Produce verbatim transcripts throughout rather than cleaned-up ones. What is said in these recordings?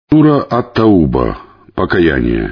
Сура Ат-Тауба. Покаяние.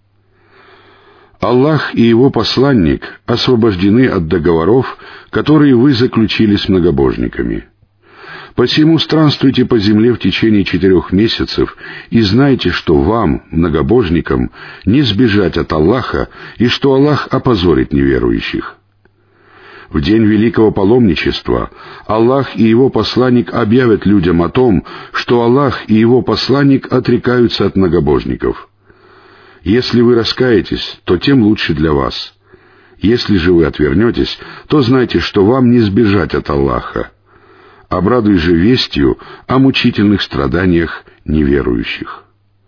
Аллах и Его посланник освобождены от договоров, которые вы заключили с многобожниками. Посему странствуйте по земле в течение четырех месяцев и знайте, что вам, многобожникам, не сбежать от Аллаха и что Аллах опозорит неверующих. В день великого паломничества Аллах и Его посланник объявят людям о том, что Аллах и Его посланник отрекаются от многобожников. Если вы раскаетесь, то тем лучше для вас. Если же вы отвернетесь, то знайте, что вам не сбежать от Аллаха. Обрадуй же вестью о мучительных страданиях неверующих.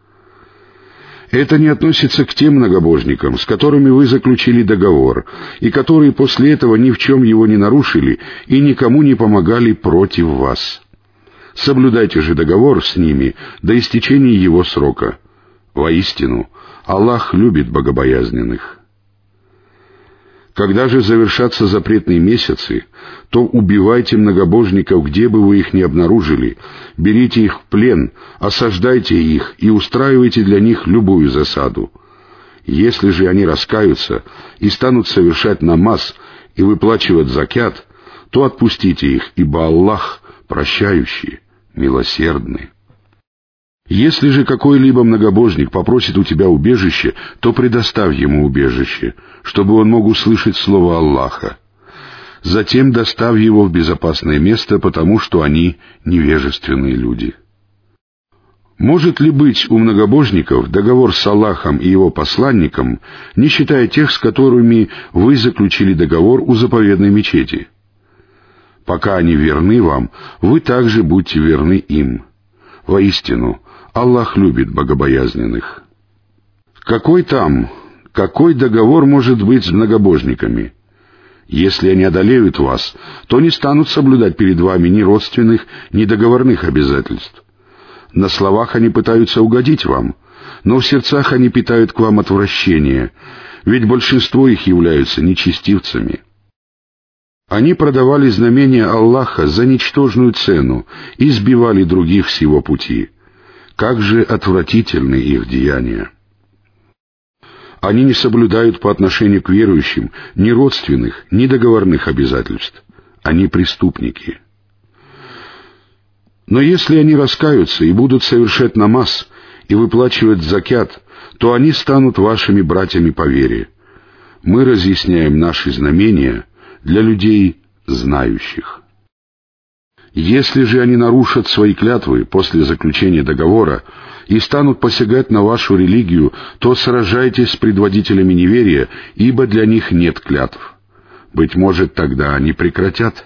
Это не относится к тем многобожникам, с которыми вы заключили договор, и которые после этого ни в чем его не нарушили и никому не помогали против вас. Соблюдайте же договор с ними до истечения его срока. Воистину, Аллах любит богобоязненных. Когда же завершатся запретные месяцы, то убивайте многобожников, где бы вы их ни обнаружили, берите их в плен, осаждайте их и устраивайте для них любую засаду. Если же они раскаются и станут совершать намаз и выплачивать закят, то отпустите их, ибо Аллах прощающий, милосердный. Если же какой-либо многобожник попросит у тебя убежище, то предоставь ему убежище, чтобы он мог услышать слово Аллаха. Затем доставь его в безопасное место, потому что они невежественные люди. Может ли быть у многобожников договор с Аллахом и Его посланником, не считая тех, с которыми вы заключили договор у заповедной мечети? Пока они верны вам, вы также будьте верны им. Воистину, Аллах любит богобоязненных. Какой там, какой договор может быть с многобожниками? Если они одолеют вас, то не станут соблюдать перед вами ни родственных, ни договорных обязательств. На словах они пытаются угодить вам, но в сердцах они питают к вам отвращение, ведь большинство их являются нечестивцами. Они продавали знамения Аллаха за ничтожную цену и сбивали других с его пути. Как же отвратительны их деяния! Они не соблюдают по отношению к верующим ни родственных, ни договорных обязательств. Они преступники. Но если они раскаются и будут совершать намаз и выплачивать закят, то они станут вашими братьями по вере. Мы разъясняем наши знамения для людей знающих. Если же они нарушат свои клятвы после заключения договора и станут посягать на вашу религию, то сражайтесь с предводителями неверия, ибо для них нет клятв. Быть может, тогда они прекратят.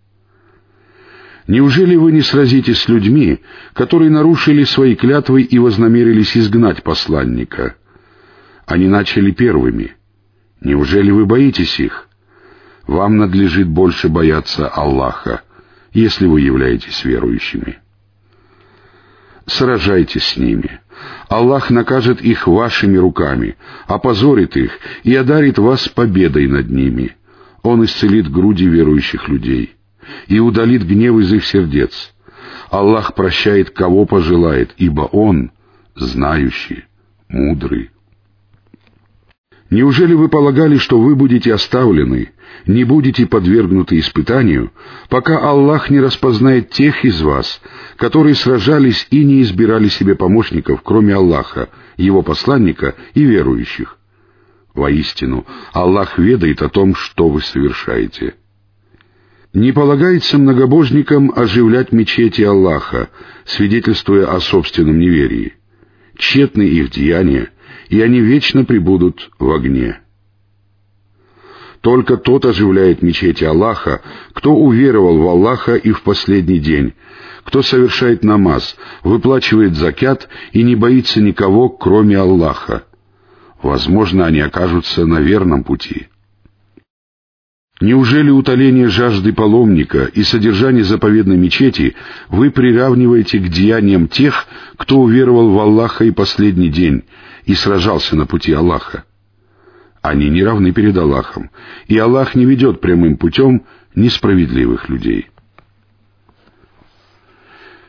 Неужели вы не сразитесь с людьми, которые нарушили свои клятвы и вознамерились изгнать посланника? Они начали первыми. Неужели вы боитесь их? Вам надлежит больше бояться Аллаха, если вы являетесь верующими. Сражайтесь с ними. Аллах накажет их вашими руками, опозорит их и одарит вас победой над ними. Он исцелит груди верующих людей и удалит гнев из их сердец. Аллах прощает, кого пожелает, ибо Он знающий, мудрый. Неужели вы полагали, что вы будете оставлены, не будете подвергнуты испытанию, пока Аллах не распознает тех из вас, которые сражались и не избирали себе помощников, кроме Аллаха, Его посланника и верующих? Воистину, Аллах ведает о том, что вы совершаете. Не полагается многобожникам оживлять мечети Аллаха, свидетельствуя о собственном неверии. Тщетны их деяния, и они вечно пребудут в огне. Только тот оживляет мечети Аллаха, кто уверовал в Аллаха и в последний день, кто совершает намаз, выплачивает закят и не боится никого, кроме Аллаха. Возможно, они окажутся на верном пути. Неужели утоление жажды паломника и содержание заповедной мечети вы приравниваете к деяниям тех, кто уверовал в Аллаха и последний день и сражался на пути Аллаха? Они не равны перед Аллахом, и Аллах не ведет прямым путем несправедливых людей.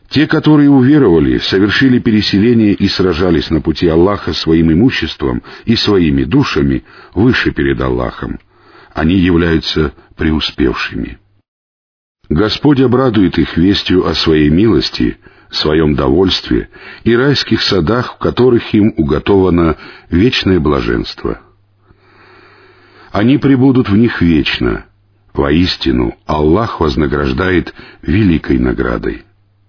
Те, которые уверовали, совершили переселение и сражались на пути Аллаха своим имуществом и своими душами выше перед Аллахом. Они являются преуспевшими. Господь обрадует их вестью о своей милости, своем довольстве и райских садах, в которых им уготовано вечное блаженство. Они пребудут в них вечно. Воистину, Аллах вознаграждает великой наградой.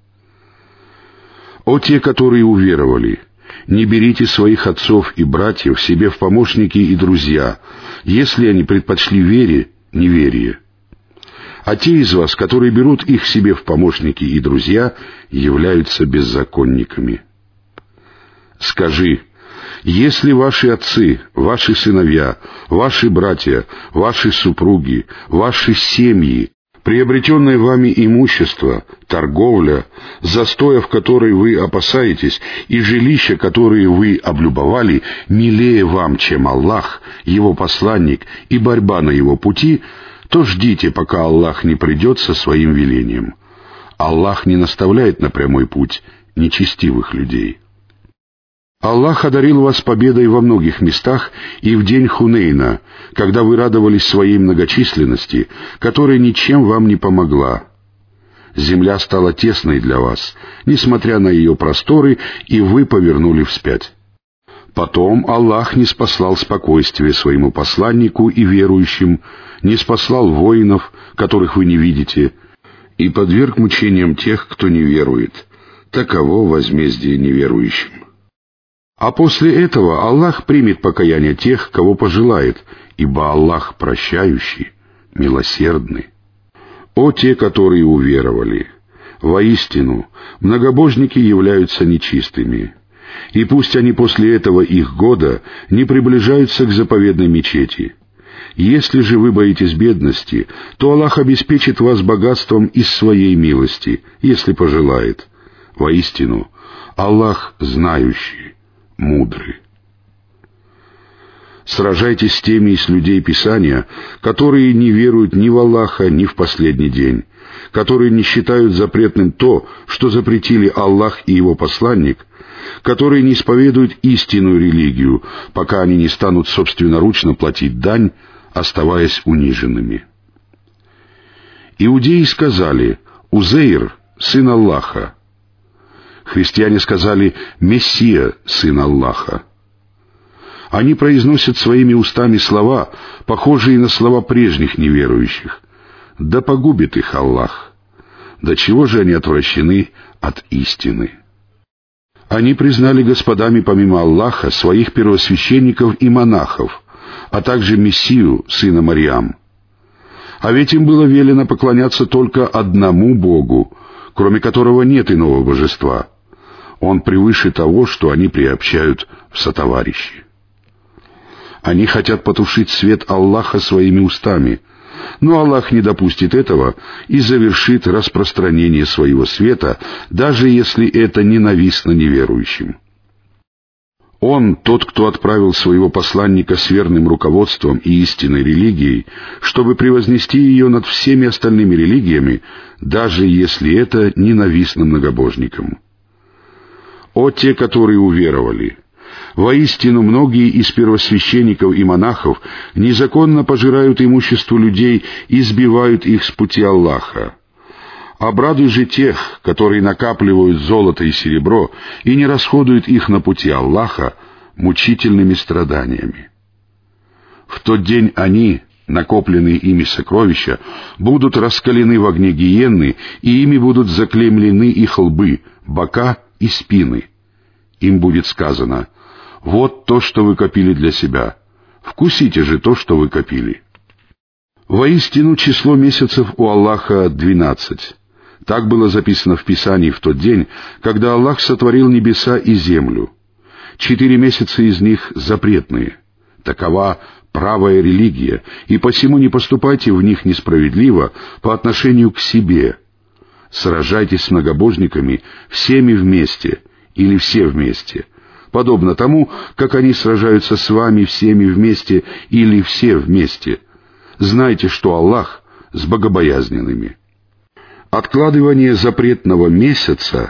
О те, которые уверовали, не берите своих отцов и братьев себе в помощники и друзья, если они предпочли вере неверие. А те из вас, которые берут их себе в помощники и друзья, являются беззаконниками. Скажи: если ваши отцы, ваши сыновья, ваши братья, ваши супруги, ваши семьи, приобретенное вами имущество, торговля, застоя, в которой вы опасаетесь, и жилища, которые вы облюбовали, милее вам, чем Аллах, Его посланник и борьба на Его пути, то ждите, пока Аллах не придет со своим велением. Аллах не наставляет на прямой путь нечестивых людей. Аллах одарил вас победой во многих местах и в день Хунейна, когда вы радовались своей многочисленности, которая ничем вам не помогла. Земля стала тесной для вас, несмотря на ее просторы, и вы повернули вспять. Потом Аллах ниспослал спокойствие своему посланнику и верующим, ниспослал воинов, которых вы не видите, и подверг мучениям тех, кто не верует. Таково возмездие неверующим. А после этого Аллах примет покаяние тех, кого пожелает, ибо Аллах прощающий, милосердный. О те, которые уверовали! Воистину, многобожники являются нечистыми. И пусть они после этого их года не приближаются к заповедной мечети. Если же вы боитесь бедности, то Аллах обеспечит вас богатством из своей милости, если пожелает. Воистину, Аллах знающий, мудрый. Сражайтесь с теми из людей Писания, которые не веруют ни в Аллаха, ни в последний день, которые не считают запретным то, что запретили Аллах и Его посланник, которые не исповедуют истинную религию, пока они не станут собственноручно платить дань, оставаясь униженными. Иудеи сказали: «Узейр, сын Аллаха». Христиане сказали: «Мессия, сын Аллаха». Они произносят своими устами слова, похожие на слова прежних неверующих. Да погубит их Аллах. До чего же они отвращены от истины? Они признали господами помимо Аллаха своих первосвященников и монахов, а также Мессию, сына Марьям. А ведь им было велено поклоняться только одному Богу, кроме которого нет иного божества. Он превыше того, что они приобщают в сотоварищи. Они хотят потушить свет Аллаха своими устами, но Аллах не допустит этого и завершит распространение своего света, даже если это ненавистно неверующим. Он, тот, кто отправил своего посланника с верным руководством и истинной религией, чтобы превознести ее над всеми остальными религиями, даже если это ненавистно многобожникам. О те, которые уверовали! Воистину, многие из первосвященников и монахов незаконно пожирают имущество людей и сбивают их с пути Аллаха. Обрадуй же тех, которые накапливают золото и серебро и не расходуют их на пути Аллаха, мучительными страданиями. В тот день они, накопленные ими сокровища, будут раскалены в огне гиенны, и ими будут заклеймлены их лбы, бока и спины. Им будет сказано: «Вот то, что вы копили для себя. Вкусите же то, что вы копили». Воистину, число месяцев у Аллаха двенадцать. Так было записано в Писании в тот день, когда Аллах сотворил небеса и землю. Четыре месяца из них запретные. Такова правая религия, и посему не поступайте в них несправедливо по отношению к себе. Сражайтесь с многобожниками всеми вместе или все вместе, подобно тому, как они сражаются с вами всеми вместе или все вместе. Знайте, что Аллах с богобоязненными. Откладывание запретного месяца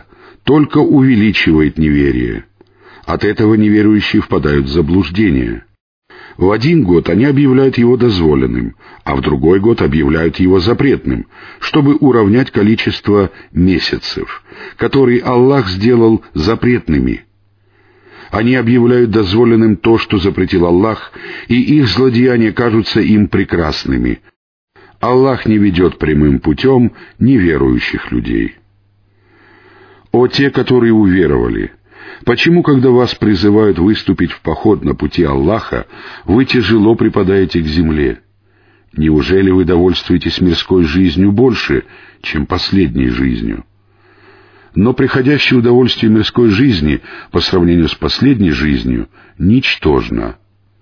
только увеличивает неверие. От этого неверующие впадают в заблуждение. В один год они объявляют его дозволенным, а в другой год объявляют его запретным, чтобы уравнять количество месяцев, которые Аллах сделал запретными. Они объявляют дозволенным то, что запретил Аллах, и их злодеяния кажутся им прекрасными. Аллах не ведет прямым путем неверующих людей. О те, которые уверовали! Почему, когда вас призывают выступить в поход на пути Аллаха, вы тяжело припадаете к земле? Неужели вы довольствуетесь мирской жизнью больше, чем последней жизнью? Но приходящее удовольствие мирской жизни по сравнению с последней жизнью ничтожно.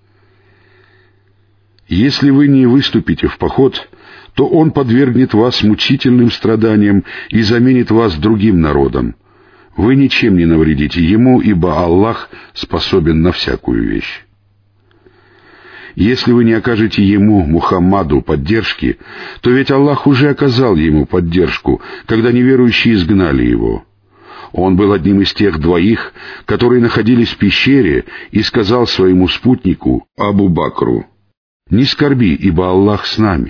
Если вы не выступите в поход, то он подвергнет вас мучительным страданиям и заменит вас другим народом. Вы ничем не навредите ему, ибо Аллах способен на всякую вещь. Если вы не окажете ему, Мухаммаду, поддержки, то ведь Аллах уже оказал ему поддержку, когда неверующие изгнали его. Он был одним из тех двоих, которые находились в пещере, и сказал своему спутнику, Абу Бакру: «Не скорби, ибо Аллах с нами».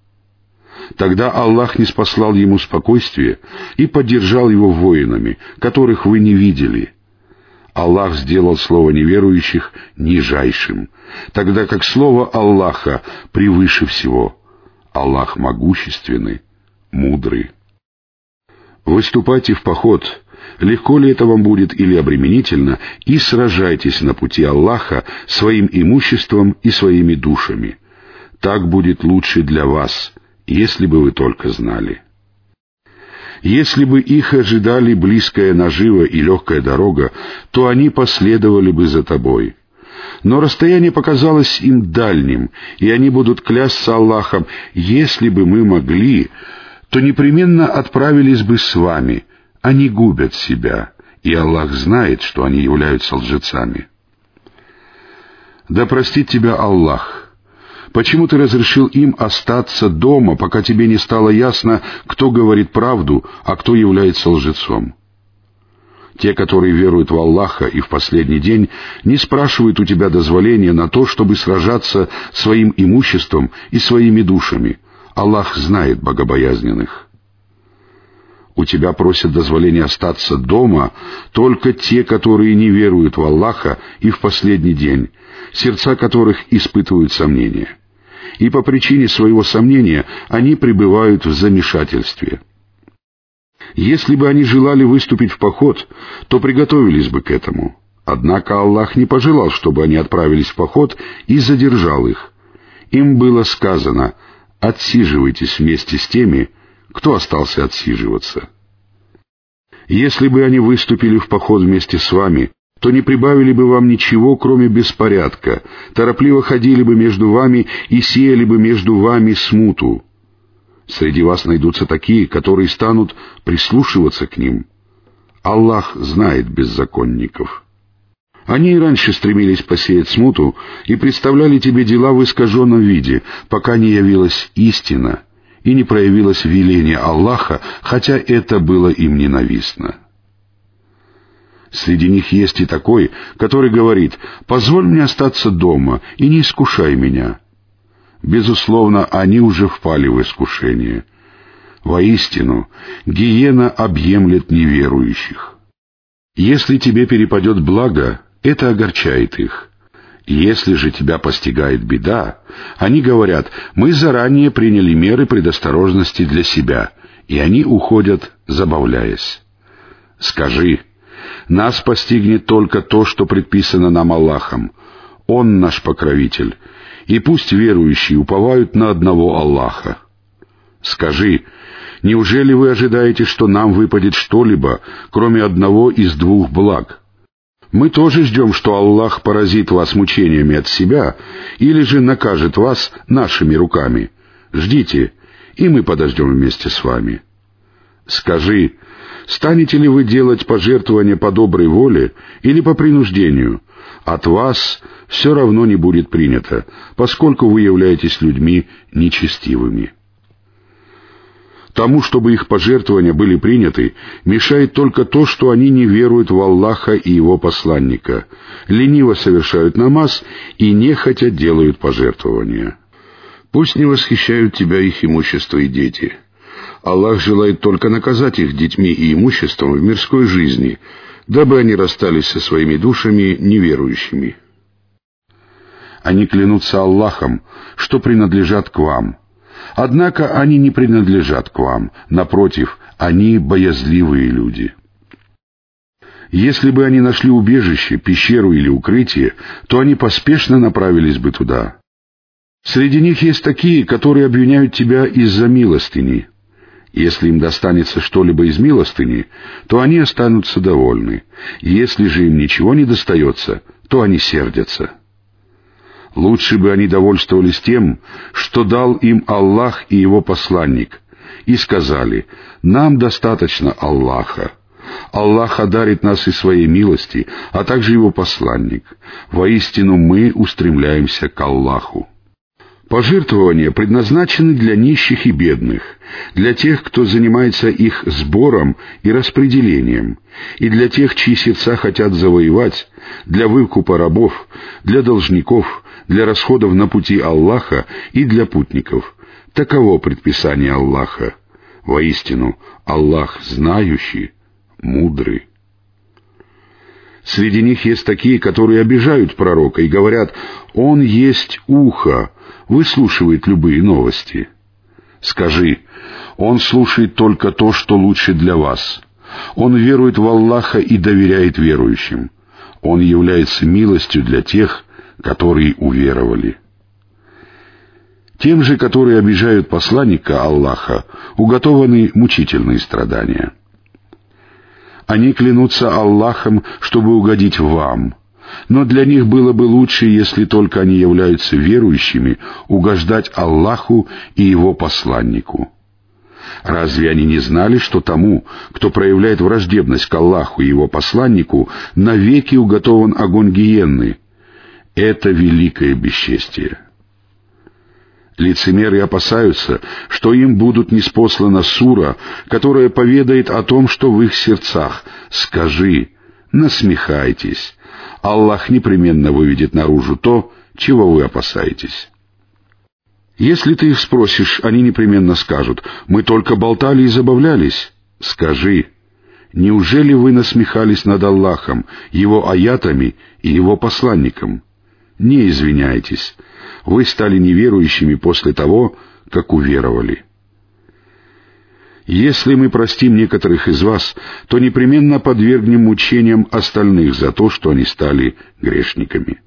Тогда Аллах ниспослал ему спокойствие и поддержал его воинами, которых вы не видели. Аллах сделал слово неверующих нижайшим, тогда как слово Аллаха превыше всего. Аллах могущественный, мудрый. Выступайте в поход, легко ли это вам будет или обременительно, и сражайтесь на пути Аллаха своим имуществом и своими душами. Так будет лучше для вас, если бы вы только знали. Если бы их ожидали близкая нажива и легкая дорога, то они последовали бы за тобой. Но расстояние показалось им дальним, и они будут клясться Аллахом: если бы мы могли, то непременно отправились бы с вами. Они губят себя, и Аллах знает, что они являются лжецами. Да простит тебя Аллах! Почему ты разрешил им остаться дома, пока тебе не стало ясно, кто говорит правду, а кто является лжецом? Те, которые веруют в Аллаха и в последний день, не спрашивают у тебя дозволения на то, чтобы сражаться своим имуществом и своими душами. Аллах знает богобоязненных. У тебя просят дозволения остаться дома только те, которые не веруют в Аллаха и в последний день, сердца которых испытывают сомнения. И по причине своего сомнения они пребывают в замешательстве. Если бы они желали выступить в поход, то приготовились бы к этому. Однако Аллах не пожелал, чтобы они отправились в поход, и задержал их. Им было сказано: «Отсиживайтесь вместе с теми, кто остался отсиживаться». Если бы они выступили в поход вместе с вами, то не прибавили бы вам ничего, кроме беспорядка, торопливо ходили бы между вами и сеяли бы между вами смуту. Среди вас найдутся такие, которые станут прислушиваться к ним. Аллах знает беззаконников. Они и раньше стремились посеять смуту и представляли тебе дела в искаженном виде, пока не явилась истина и не проявилось веление Аллаха, хотя это было им ненавистно. Среди них есть и такой, который говорит: «Позволь мне остаться дома и не искушай меня». Безусловно, они уже впали в искушение. Воистину, гиена объемлет неверующих. Если тебе перепадет благо, это огорчает их. Если же тебя постигает беда, они говорят: «Мы заранее приняли меры предосторожности для себя», и они уходят, забавляясь. Скажи: нас постигнет только то, что предписано нам Аллахом. Он наш покровитель, и пусть верующие уповают на одного Аллаха. Скажи: неужели вы ожидаете, что нам выпадет что-либо, кроме одного из двух благ? Мы тоже ждем, что Аллах поразит вас мучениями от себя, или же накажет вас нашими руками. Ждите, и мы подождем вместе с вами. Скажи: станете ли вы делать пожертвования по доброй воле или по принуждению? От вас все равно не будет принято, поскольку вы являетесь людьми нечестивыми. Тому, чтобы их пожертвования были приняты, мешает только то, что они не веруют в Аллаха и Его посланника, лениво совершают намаз и нехотя делают пожертвования. Пусть не восхищают тебя их имущество и дети. Аллах желает только наказать их детьми и имуществом в мирской жизни, дабы они расстались со своими душами неверующими. Они клянутся Аллахом, что принадлежат к вам. Однако они не принадлежат к вам, напротив, они боязливые люди. Если бы они нашли убежище, пещеру или укрытие, то они поспешно направились бы туда. Среди них есть такие, которые обвиняют тебя из-за милостыни. Если им достанется что-либо из милостыни, то они останутся довольны. Если же им ничего не достается, то они сердятся. Лучше бы они довольствовались тем, что дал им Аллах и Его посланник, и сказали: «Нам достаточно Аллаха. Аллах одарит нас и своей милости, а также Его посланник. Воистину мы устремляемся к Аллаху». Пожертвования предназначены для нищих и бедных, для тех, кто занимается их сбором и распределением, и для тех, чьи сердца хотят завоевать, для выкупа рабов, для должников, для расходов на пути Аллаха и для путников. Таково предписание Аллаха. Воистину, Аллах знающий, мудрый. Среди них есть такие, которые обижают пророка и говорят: «Он есть ухо, выслушивает любые новости». Скажи: «Он слушает только то, что лучше для вас. Он верует в Аллаха и доверяет верующим. Он является милостью для тех, которые уверовали». Тем же, которые обижают посланника Аллаха, уготованы мучительные страдания. Они клянутся Аллахом, чтобы угодить вам, но для них было бы лучше, если только они являются верующими, угождать Аллаху и Его посланнику. Разве они не знали, что тому, кто проявляет враждебность к Аллаху и Его посланнику, навеки уготован огонь гиенны? Это великое бесчестие. Лицемеры опасаются, что им будут ниспослана сура, которая поведает о том, что в их сердцах. Скажи: насмехайтесь. Аллах непременно выведет наружу то, чего вы опасаетесь. Если ты их спросишь, они непременно скажут: мы только болтали и забавлялись. Скажи: неужели вы насмехались над Аллахом, Его аятами и Его посланником? Не извиняйтесь. Вы стали неверующими после того, как уверовали. Если мы простим некоторых из вас, то непременно подвергнем мучениям остальных за то, что они стали грешниками.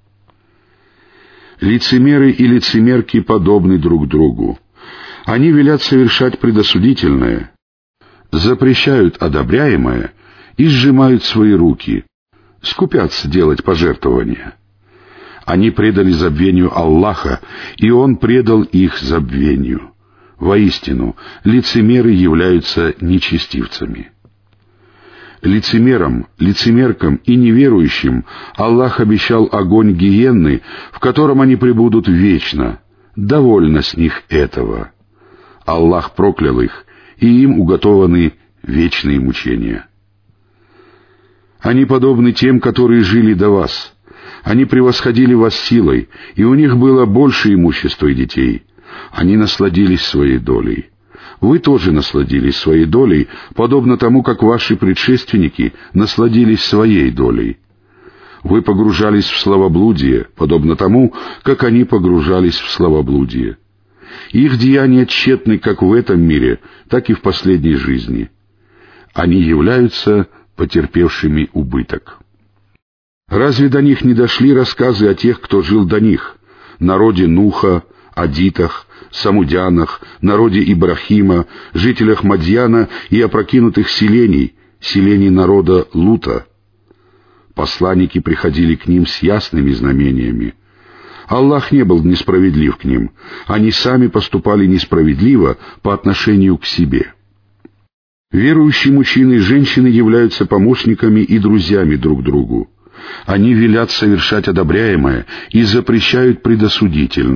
Лицемеры и лицемерки подобны друг другу. Они велят совершать предосудительное, запрещают одобряемое и сжимают свои руки, скупятся делать пожертвования. Они предали забвению Аллаха, и Он предал их забвению. Воистину, лицемеры являются нечестивцами. Лицемерам, лицемеркам и неверующим Аллах обещал огонь гиенны, в котором они пребудут вечно. Довольно с них этого. Аллах проклял их, и им уготованы вечные мучения. Они подобны тем, которые жили до вас. Они превосходили вас силой, и у них было больше имущества и детей. Они насладились своей долей. Вы тоже насладились своей долей, подобно тому, как ваши предшественники насладились своей долей. Вы погружались в словоблудие, подобно тому, как они погружались в словоблудие. Их деяния тщетны как в этом мире, так и в последней жизни. Они являются потерпевшими убыток. Разве до них не дошли рассказы о тех, кто жил до них, народе Нуха, Адитах, Самудянах, народе Ибрахима, жителях Мадьяна и опрокинутых селений, селений народа Лута? Посланники приходили к ним с ясными знамениями. Аллах не был несправедлив к ним, они сами поступали несправедливо по отношению к себе. Верующие мужчины и женщины являются помощниками и друзьями друг другу. Они велят совершать одобряемое и запрещают предосудительное.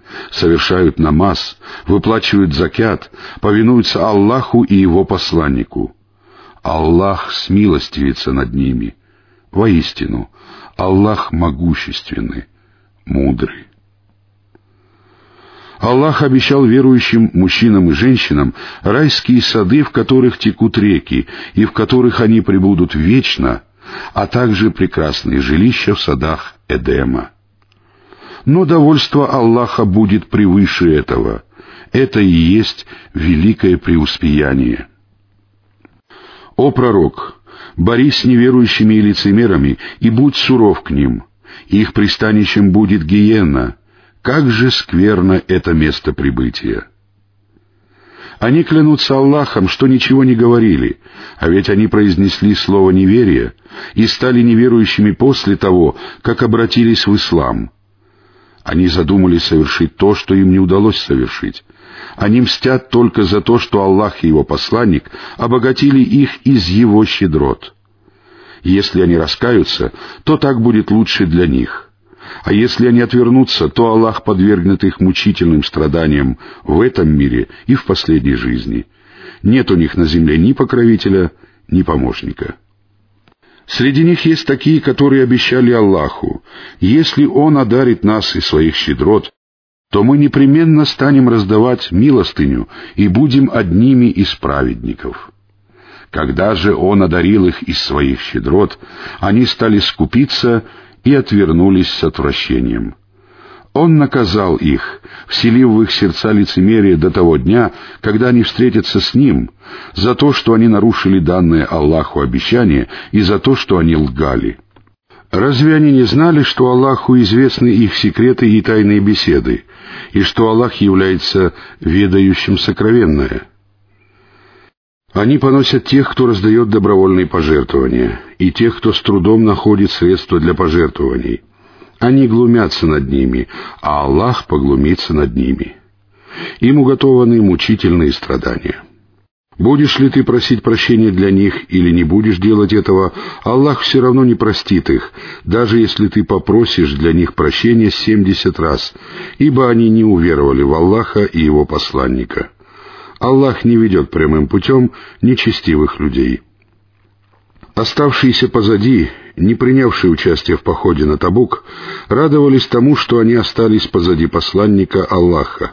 совершают намаз, выплачивают закят, повинуются Аллаху и Его посланнику. Аллах смилостивится над ними. Воистину, Аллах могущественный, мудрый. Аллах обещал верующим мужчинам и женщинам райские сады, в которых текут реки, и в которых они пребудут вечно, а также прекрасные жилища в садах Эдема. Но довольство Аллаха будет превыше этого. Это и есть великое преуспеяние. О пророк, борись с неверующими и лицемерами, и будь суров к ним. Их пристанищем будет гиенна. Как же скверно это место прибытия! Они клянутся Аллахом, что ничего не говорили, а ведь они произнесли слово неверия и стали неверующими после того, как обратились в ислам. Они задумали совершить то, что им не удалось совершить. Они мстят только за то, что Аллах и Его посланник обогатили их из Его щедрот. Если они раскаются, то так будет лучше для них. А если они отвернутся, то Аллах подвергнет их мучительным страданиям в этом мире и в последней жизни. Нет у них на земле ни покровителя, ни помощника. Среди них есть такие, которые обещали Аллаху: если Он одарит нас из своих щедрот, то мы непременно станем раздавать милостыню и будем одними из праведников. Когда же Он одарил их из своих щедрот, они стали скупиться и отвернулись с отвращением. Он наказал их, вселив в их сердца лицемерие до того дня, когда они встретятся с Ним, за то, что они нарушили данное Аллаху обещание, и за то, что они лгали. Разве они не знали, что Аллаху известны их секреты и тайные беседы, и что Аллах является ведающим сокровенное? Они поносят тех, кто раздает добровольные пожертвования, и тех, кто с трудом находит средства для пожертвований. Они глумятся над ними, а Аллах поглумится над ними. Им уготованы мучительные страдания. Будешь ли ты просить прощения для них или не будешь делать этого, Аллах все равно не простит их, даже если ты попросишь для них прощения семьдесят раз, ибо они не уверовали в Аллаха и Его посланника. Аллах не ведет прямым путем нечестивых людей. Оставшиеся позади, не принявшие участие в походе на Табук, радовались тому, что они остались позади посланника Аллаха.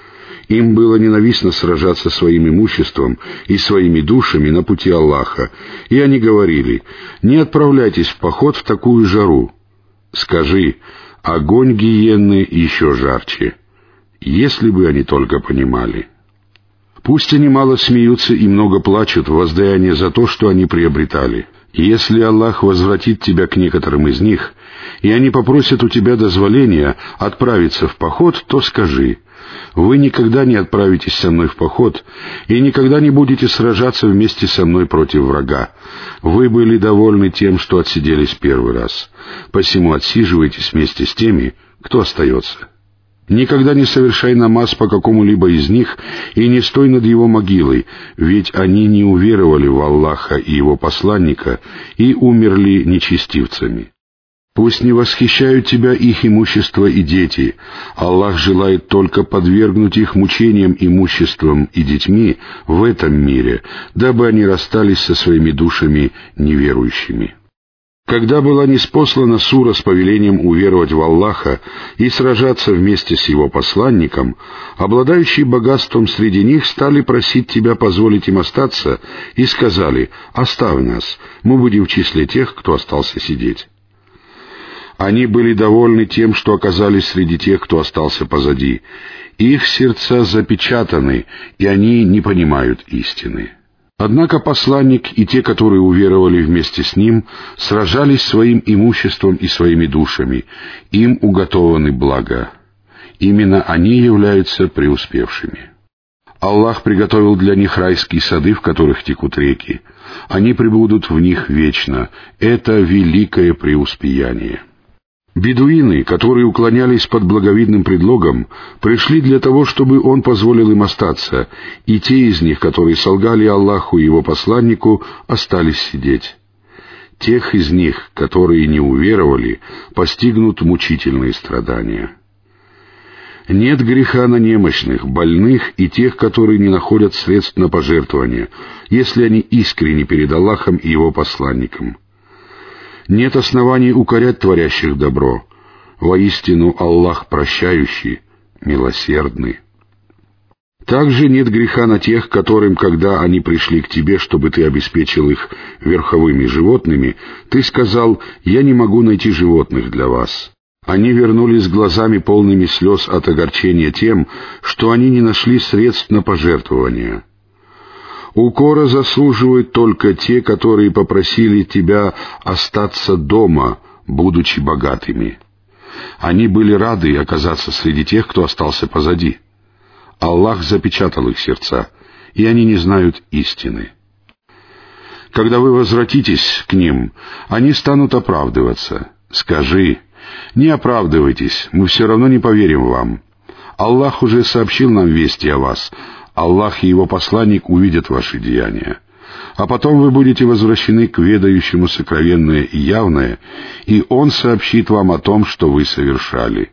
Им было ненавистно сражаться своим имуществом и своими душами на пути Аллаха, и они говорили: «Не отправляйтесь в поход в такую жару». Скажи: огонь гиенны еще жарче. Если бы они только понимали. Пусть они мало смеются и много плачут в воздаяние за то, что они приобретали. Если Аллах возвратит тебя к некоторым из них, и они попросят у тебя дозволения отправиться в поход, то скажи: вы никогда не отправитесь со мной в поход и никогда не будете сражаться вместе со мной против врага. Вы были довольны тем, что отсиделись первый раз, посему отсиживайтесь вместе с теми, кто остается. Никогда не совершай намаз по какому-либо из них и не стой над его могилой, ведь они не уверовали в Аллаха и Его посланника и умерли нечестивцами. Пусть не восхищают тебя их имущество и дети. Аллах желает только подвергнуть их мучениям имуществом и детьми в этом мире, дабы они расстались со своими душами неверующими. Когда была ниспослана сура с повелением уверовать в Аллаха и сражаться вместе с Его посланником, обладающие богатством среди них стали просить тебя позволить им остаться и сказали: «Оставь нас, мы будем в числе тех, кто остался сидеть». Они были довольны тем, что оказались среди тех, кто остался позади. Их сердца запечатаны, и они не понимают истины. Однако посланник и те, которые уверовали вместе с ним, сражались своим имуществом и своими душами. Им уготованы блага. Именно они являются преуспевшими. Аллах приготовил для них райские сады, в которых текут реки. Они пребудут в них вечно. Это великое преуспеяние. Бедуины, которые уклонялись под благовидным предлогом, пришли для того, чтобы Он позволил им остаться, и те из них, которые солгали Аллаху и Его посланнику, остались сидеть. Тех из них, которые не уверовали, постигнут мучительные страдания. Нет греха на немощных, больных и тех, которые не находят средств на пожертвование, если они искренни перед Аллахом и Его посланником. Нет оснований укорять творящих добро. Воистину Аллах прощающий, милосердный. Также нет греха на тех, которым, когда они пришли к тебе, чтобы ты обеспечил их верховыми животными, ты сказал: «Я не могу найти животных для вас». Они вернулись глазами полными слез от огорчения тем, что они не нашли средств на пожертвования. Укора заслуживают только те, которые попросили тебя остаться дома, будучи богатыми. Они были рады оказаться среди тех, кто остался позади. Аллах запечатал их сердца, и они не знают истины. Когда вы возвратитесь к ним, они станут оправдываться. Скажи: «Не оправдывайтесь, мы все равно не поверим вам. Аллах уже сообщил нам вести о вас. Аллах и Его посланник увидят ваши деяния. А потом вы будете возвращены к ведающему сокровенное и явное, и Он сообщит вам о том, что вы совершали».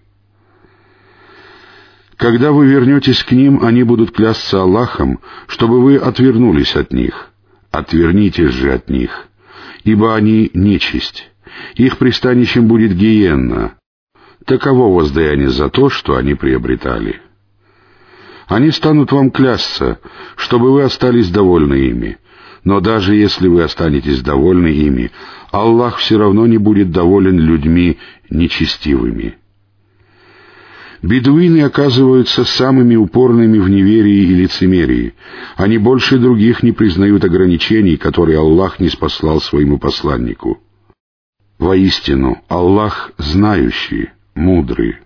Когда вы вернетесь к ним, они будут клясться Аллахом, чтобы вы отвернулись от них. Отвернитесь же от них, ибо они нечисть. Их пристанищем будет гиенна. Таково воздаяние за то, что они приобретали. Они станут вам клясться, чтобы вы остались довольны ими. Но даже если вы останетесь довольны ими, Аллах все равно не будет доволен людьми нечестивыми. Бедуины оказываются самыми упорными в неверии и лицемерии. Они больше других не признают ограничений, которые Аллах ниспослал своему посланнику. Воистину, Аллах знающий, мудрый.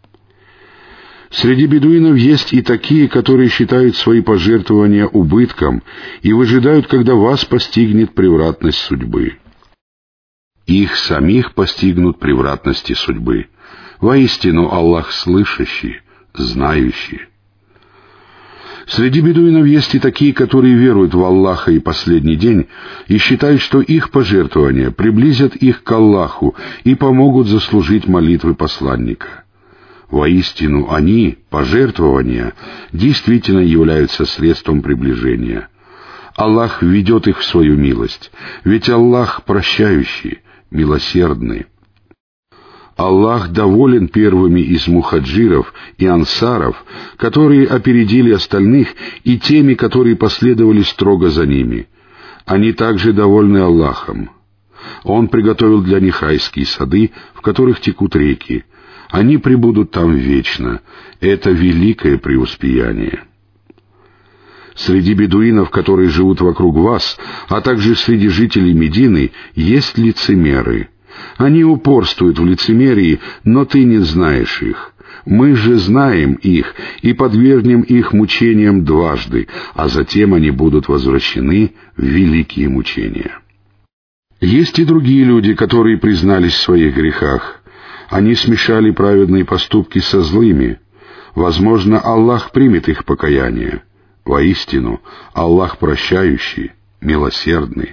Среди бедуинов есть и такие, которые считают свои пожертвования убытком и выжидают, когда вас постигнет превратность судьбы. Их самих постигнут превратности судьбы. Воистину, Аллах слышащий, знающий. Среди бедуинов есть и такие, которые веруют в Аллаха и последний день и считают, что их пожертвования приблизят их к Аллаху и помогут заслужить молитвы посланника. Воистину, они, пожертвования, действительно являются средством приближения. Аллах ведет их в свою милость, ведь Аллах прощающий, милосердный. Аллах доволен первыми из мухаджиров и ансаров, которые опередили остальных, и теми, которые последовали строго за ними. Они также довольны Аллахом. Он приготовил для них райские сады, в которых текут реки. Они пребудут там вечно. Это великое преуспеяние. Среди бедуинов, которые живут вокруг вас, а также среди жителей Медины, есть лицемеры. Они упорствуют в лицемерии, но ты не знаешь их. Мы же знаем их и подвергнем их мучениям дважды, а затем они будут возвращены в великие мучения. Есть и другие люди, которые признались в своих грехах. Они смешали праведные поступки со злыми. Возможно, Аллах примет их покаяние. Воистину, Аллах прощающий, милосердный.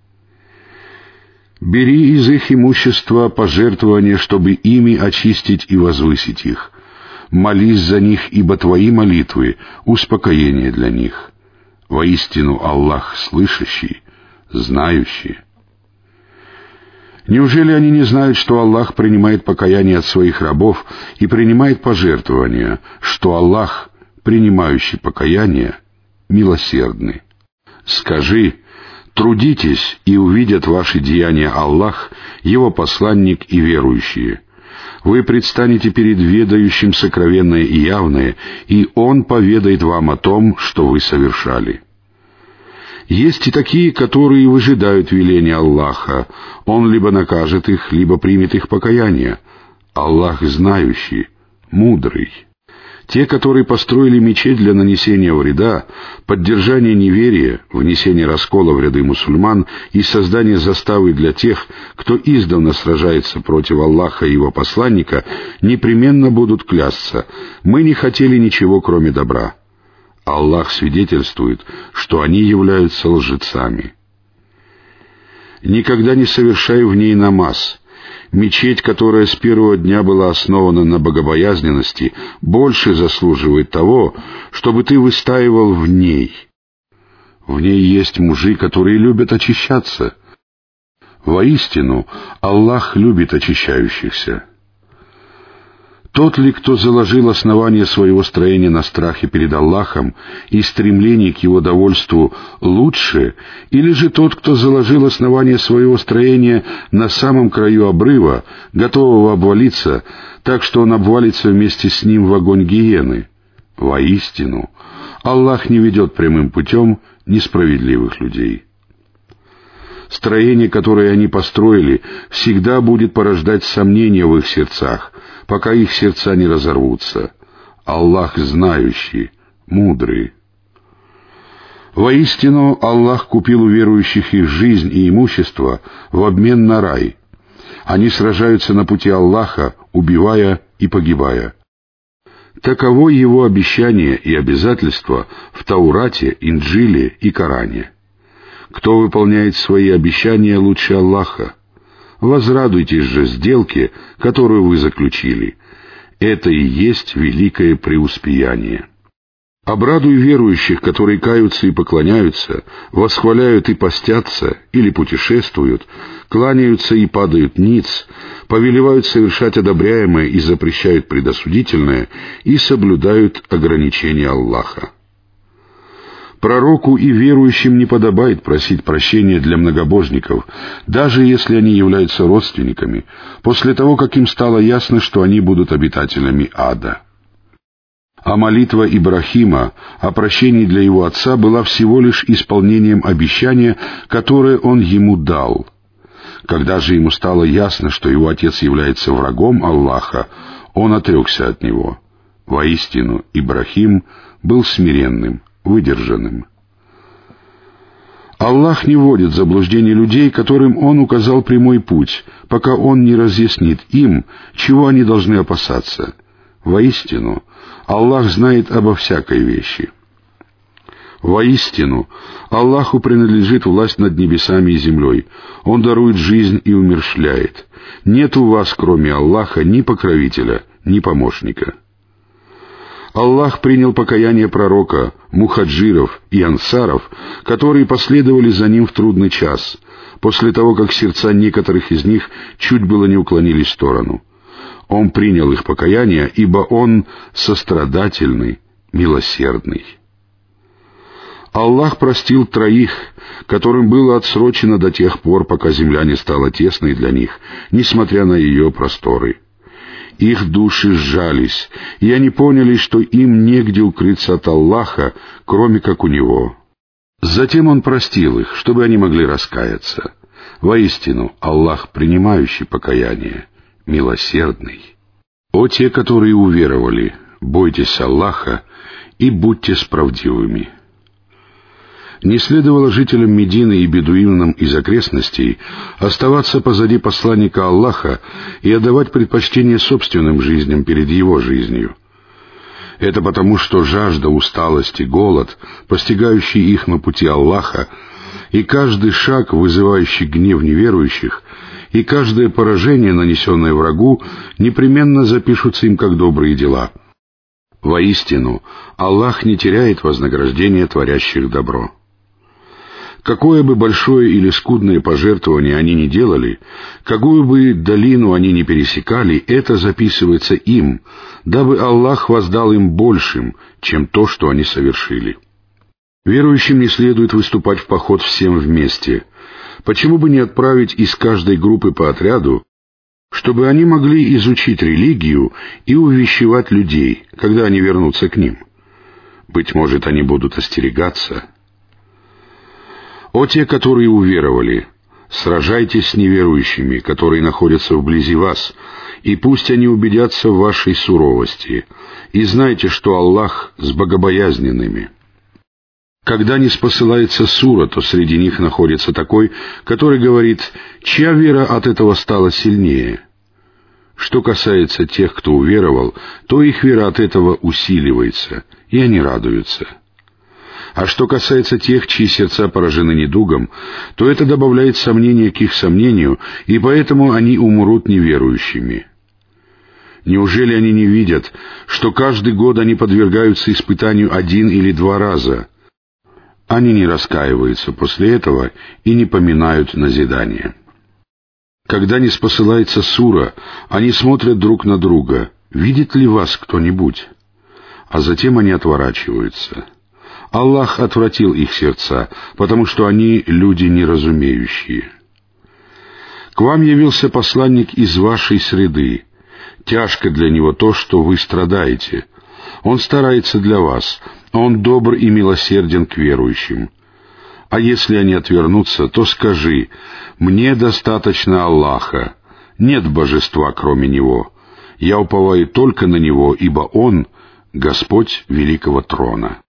Бери из их имущества пожертвования, чтобы ими очистить и возвысить их. Молись за них, ибо твои молитвы — успокоение для них. Воистину Аллах слышащий, знающий. Неужели они не знают, что Аллах принимает покаяние от своих рабов и принимает пожертвования, что Аллах, принимающий покаяние, милосердный? Скажи: трудитесь, и увидят ваши деяния Аллах, Его посланник и верующие. Вы предстанете перед ведающим сокровенное и явное, и Он поведает вам о том, что вы совершали. Есть и такие, которые выжидают веления Аллаха. Он либо накажет их, либо примет их покаяние. Аллах знающий, мудрый. Те, которые построили мечеть для нанесения вреда, поддержания неверия, внесения раскола в ряды мусульман и создания заставы для тех, кто издавна сражается против Аллаха и Его посланника, непременно будут клясться: «Мы не хотели ничего, кроме добра». Аллах свидетельствует, что они являются лжецами. Никогда не совершай в ней намаз, Мечеть, которая с первого дня была основана на богобоязненности, больше заслуживает того, чтобы ты выстаивал в ней. В ней есть мужи, которые любят очищаться. Воистину, Аллах любит очищающихся. Тот ли, кто заложил основание своего строения на страхе перед Аллахом и стремлении к Его довольству, лучше, или же тот, кто заложил основание своего строения на самом краю обрыва, готового обвалиться, так что он обвалится вместе с ним в огонь гиены? Воистину, Аллах не ведет прямым путем несправедливых людей. Строение, которое они построили, всегда будет порождать сомнения в их сердцах, пока их сердца не разорвутся. Аллах знающий, мудрый. Воистину, Аллах купил у верующих их жизнь и имущество в обмен на рай. Они сражаются на пути Аллаха, убивая и погибая. Таково Его обещание и обязательство в Таурате, Инджиле и Коране. Кто выполняет свои обещания лучше Аллаха? Возрадуйтесь же сделке, которую вы заключили. Это и есть великое преуспеяние. Обрадуй верующих, которые каются и поклоняются, восхваляют и постятся, или путешествуют, кланяются и падают ниц, повелевают совершать одобряемое и запрещают предосудительное, и соблюдают ограничения Аллаха. Пророку и верующим не подобает просить прощения для многобожников, даже если они являются родственниками, после того, как им стало ясно, что они будут обитателями ада. А молитва Ибрахима о прощении для его отца была всего лишь исполнением обещания, которое он ему дал. Когда же ему стало ясно, что его отец является врагом Аллаха, он отрекся от него. Воистину, Ибрахим был смиренным, выдержанным. Аллах не вводит в заблуждение людей, которым Он указал прямой путь, пока Он не разъяснит им, чего они должны опасаться. Воистину, Аллах знает обо всякой вещи. Воистину, Аллаху принадлежит власть над небесами и землей. Он дарует жизнь и умерщвляет. Нет у вас, кроме Аллаха, ни покровителя, ни помощника. Аллах принял покаяние пророка, мухаджиров и ансаров, которые последовали за ним в трудный час, после того, как сердца некоторых из них чуть было не уклонились в сторону. Он принял их покаяние, ибо Он сострадательный, милосердный. Аллах простил троих, которым было отсрочено до тех пор, пока земля не стала тесной для них, несмотря на ее просторы. Их души сжались, и они поняли, что им негде укрыться от Аллаха, кроме как у Него. Затем Он простил их, чтобы они могли раскаяться. Воистину, Аллах, принимающий покаяние, милосердный. О те, которые уверовали, бойтесь Аллаха и будьте справедливыми. Не следовало жителям Медины и бедуинам из окрестностей оставаться позади посланника Аллаха и отдавать предпочтение собственным жизням перед его жизнью. Это потому, что жажда, усталость и голод, постигающие их на пути Аллаха, и каждый шаг, вызывающий гнев неверующих, и каждое поражение, нанесенное врагу, непременно запишутся им как добрые дела. Воистину, Аллах не теряет вознаграждения творящих добро. Какое бы большое или скудное пожертвование они ни делали, какую бы долину они ни пересекали, это записывается им, дабы Аллах воздал им большим, чем то, что они совершили. Верующим не следует выступать в поход всем вместе. Почему бы не отправить из каждой группы по отряду, чтобы они могли изучить религию и увещевать людей, когда они вернутся к ним? Быть может, они будут остерегаться. О те, которые уверовали, сражайтесь с неверующими, которые находятся вблизи вас, и пусть они убедятся в вашей суровости, и знайте, что Аллах с богобоязненными. Когда не спосылается сура, то среди них находится такой, который говорит, чья вера от этого стала сильнее. Что касается тех, кто уверовал, то их вера от этого усиливается, и они радуются. А что касается тех, чьи сердца поражены недугом, то это добавляет сомнения к их сомнению, и поэтому они умрут неверующими. Неужели они не видят, что каждый год они подвергаются испытанию один или два раза? Они не раскаиваются после этого и не поминают назидания. Когда не спосылается сура, они смотрят друг на друга, видит ли вас кто-нибудь? А затем они отворачиваются. Аллах отвратил их сердца, потому что они люди неразумеющие. К вам явился посланник из вашей среды. Тяжко для него то, что вы страдаете. Он старается для вас, он добр и милосерден к верующим. А если они отвернутся, то скажи: «Мне достаточно Аллаха, нет божества, кроме Него. Я уповаю только на Него, ибо Он — Господь великого трона».